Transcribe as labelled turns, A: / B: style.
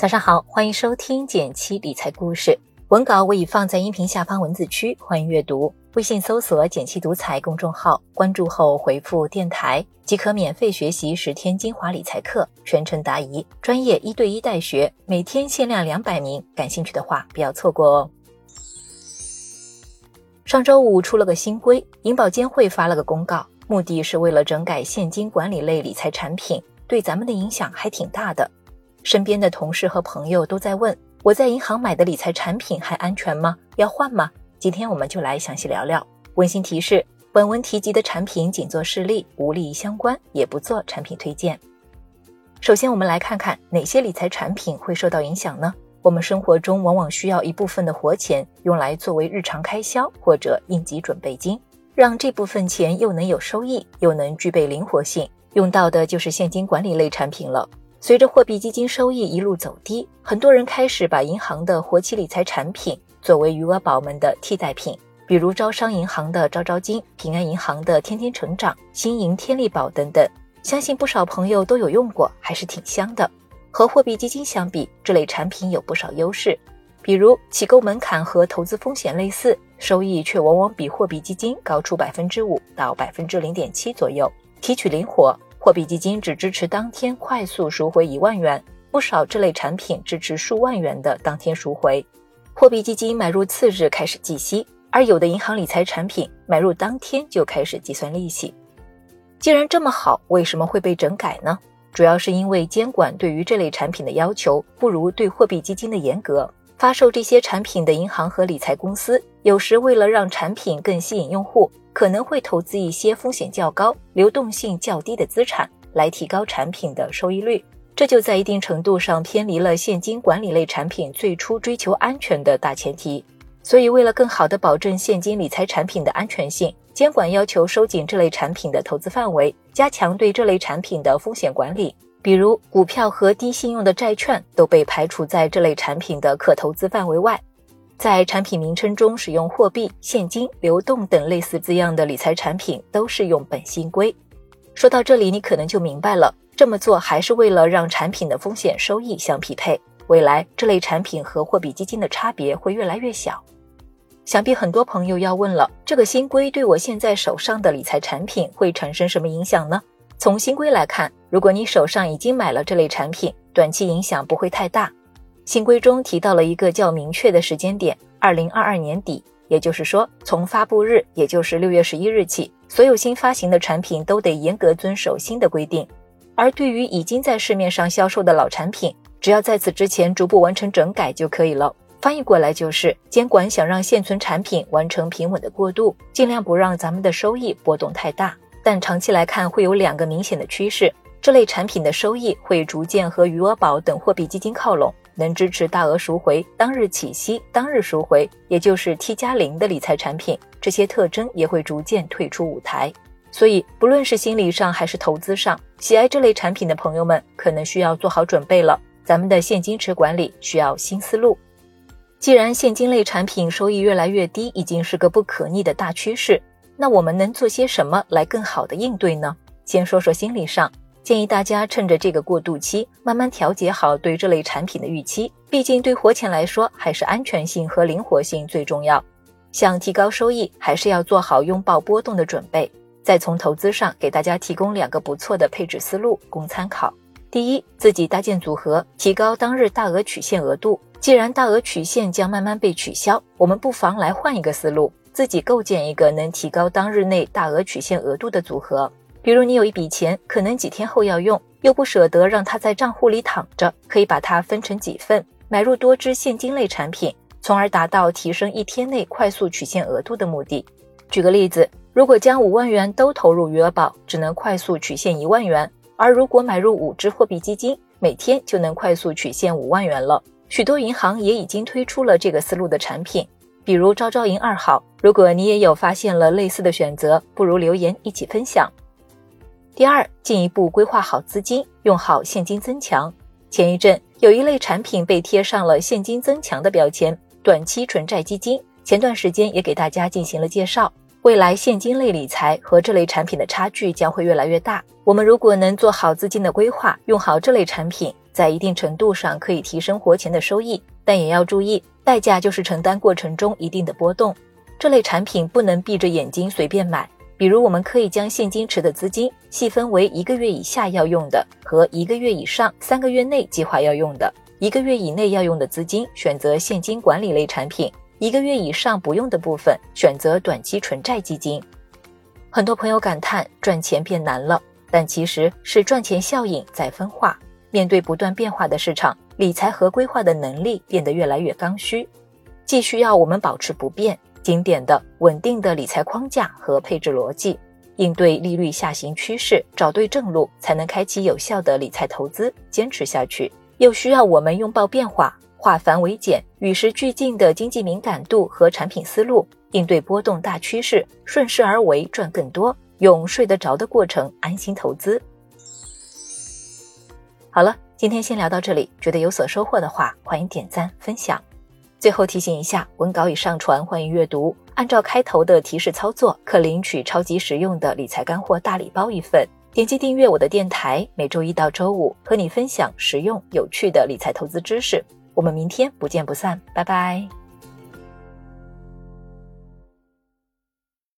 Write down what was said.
A: 早上好，欢迎收听简七理财故事，文稿我已放在音频下方文字区，欢迎阅读。微信搜索简七独裁公众号，关注后回复电台即可免费学习10天精华理财课，全程答疑，专业1对1带学，每天限量200名，感兴趣的话不要错过哦。上周五出了个新规，银保监会发了个公告，目的是为了整改现金管理类理财产品，对咱们的影响还挺大的。身边的同事和朋友都在问，我在银行买的理财产品还安全吗？要换吗？今天我们就来详细聊聊。温馨提示，本文提及的产品仅做示例，无利益相关，也不做产品推荐。首先我们来看看哪些理财产品会受到影响呢？我们生活中往往需要一部分的活钱用来作为日常开销或者应急准备金，让这部分钱又能有收益，又能具备灵活性，用到的就是现金管理类产品了。随着货币基金收益一路走低，很多人开始把银行的活期理财产品作为余额宝们的替代品，比如招商银行的招招金、平安银行的天天成长、新银天利宝等等，相信不少朋友都有用过，还是挺香的。和货币基金相比，这类产品有不少优势，比如起购门槛和投资风险类似，收益却往往比货币基金高出 5% 到 0.7% 左右，提取灵活。货币基金只支持当天快速赎回1万元，不少这类产品支持数万元的当天赎回。货币基金买入次日开始计息，而有的银行理财产品买入当天就开始计算利息。既然这么好，为什么会被整改呢？主要是因为监管对于这类产品的要求不如对货币基金的严格，发售这些产品的银行和理财公司有时为了让产品更吸引用户，可能会投资一些风险较高、流动性较低的资产来提高产品的收益率，这就在一定程度上偏离了现金管理类产品最初追求安全的大前提。所以为了更好地保证现金理财产品的安全性，监管要求收紧这类产品的投资范围，加强对这类产品的风险管理，比如股票和低信用的债券都被排除在这类产品的可投资范围外。在产品名称中使用货币、现金、流动等类似字样的理财产品都适用本新规。说到这里，你可能就明白了，这么做还是为了让产品的风险收益相匹配，未来这类产品和货币基金的差别会越来越小。想必很多朋友要问了，这个新规对我现在手上的理财产品会产生什么影响呢？从新规来看，如果你手上已经买了这类产品，短期影响不会太大。新规中提到了一个较明确的时间点，2022年底，也就是说从发布日，也就是6月11日起，所有新发行的产品都得严格遵守新的规定。而对于已经在市面上销售的老产品，只要在此之前逐步完成整改就可以了。翻译过来就是监管想让现存产品完成平稳的过渡，尽量不让咱们的收益波动太大，但长期来看会有2个明显的趋势，这类产品的收益会逐渐和余额宝等货币基金靠拢，能支持大额赎回、当日起息、当日赎回，也就是 T+0 的理财产品，这些特征也会逐渐退出舞台。所以不论是心理上还是投资上，喜爱这类产品的朋友们可能需要做好准备了，咱们的现金池管理需要新思路。既然现金类产品收益越来越低已经是个不可逆的大趋势，那我们能做些什么来更好的应对呢？先说说心理上，建议大家趁着这个过渡期慢慢调节好对这类产品的预期，毕竟对活钱来说还是安全性和灵活性最重要。想提高收益，还是要做好拥抱波动的准备。再从投资上给大家提供2个不错的配置思路供参考。第一，自己搭建组合，提高当日大额取现额度。既然大额取现将慢慢被取消，我们不妨来换一个思路，自己构建一个能提高当日内大额取现额度的组合。比如你有一笔钱，可能几天后要用，又不舍得让它在账户里躺着，可以把它分成几份，买入多支现金类产品，从而达到提升1天内快速取现额度的目的。举个例子，如果将5万元都投入余额宝，只能快速取现1万元，而如果买入5只货币基金，每天就能快速取现5万元了。许多银行也已经推出了这个思路的产品，比如招招银2号。如果你也有发现了类似的选择，不如留言一起分享。第二，进一步规划好资金，用好现金增强。前一阵有一类产品被贴上了现金增强的标签，短期纯债基金，前段时间也给大家进行了介绍。 未来现金类理财和这类产品的差距将会越来越大。我们如果能做好资金的规划，用好这类产品，在一定程度上可以提升活钱的收益，但也要注意，代价就是承担过程中一定的波动。这类产品不能闭着眼睛随便买，比如我们可以将现金池的资金细分为1个月以下要用的和1个月以上3个月内计划要用的，1个月以内要用的资金选择现金管理类产品，1个月以上不用的部分选择短期纯债基金。很多朋友感叹赚钱变难了，但其实是赚钱效应在分化。面对不断变化的市场，理财和规划的能力变得越来越刚需，既需要我们保持不变、经典的、稳定的理财框架和配置逻辑，应对利率下行趋势，找对正路，才能开启有效的理财投资，坚持下去。又需要我们拥抱变化，化繁为简，与时俱进的经济敏感度和产品思路，应对波动大趋势，顺势而为，赚更多，用睡得着的过程安心投资。好了，今天先聊到这里，觉得有所收获的话，欢迎点赞分享。最后提醒一下，文稿已上传，欢迎阅读，按照开头的提示操作，可领取超级实用的理财干货大礼包1份。点击订阅我的电台，每周1到周5和你分享实用有趣的理财投资知识。我们明天不见不散，拜拜。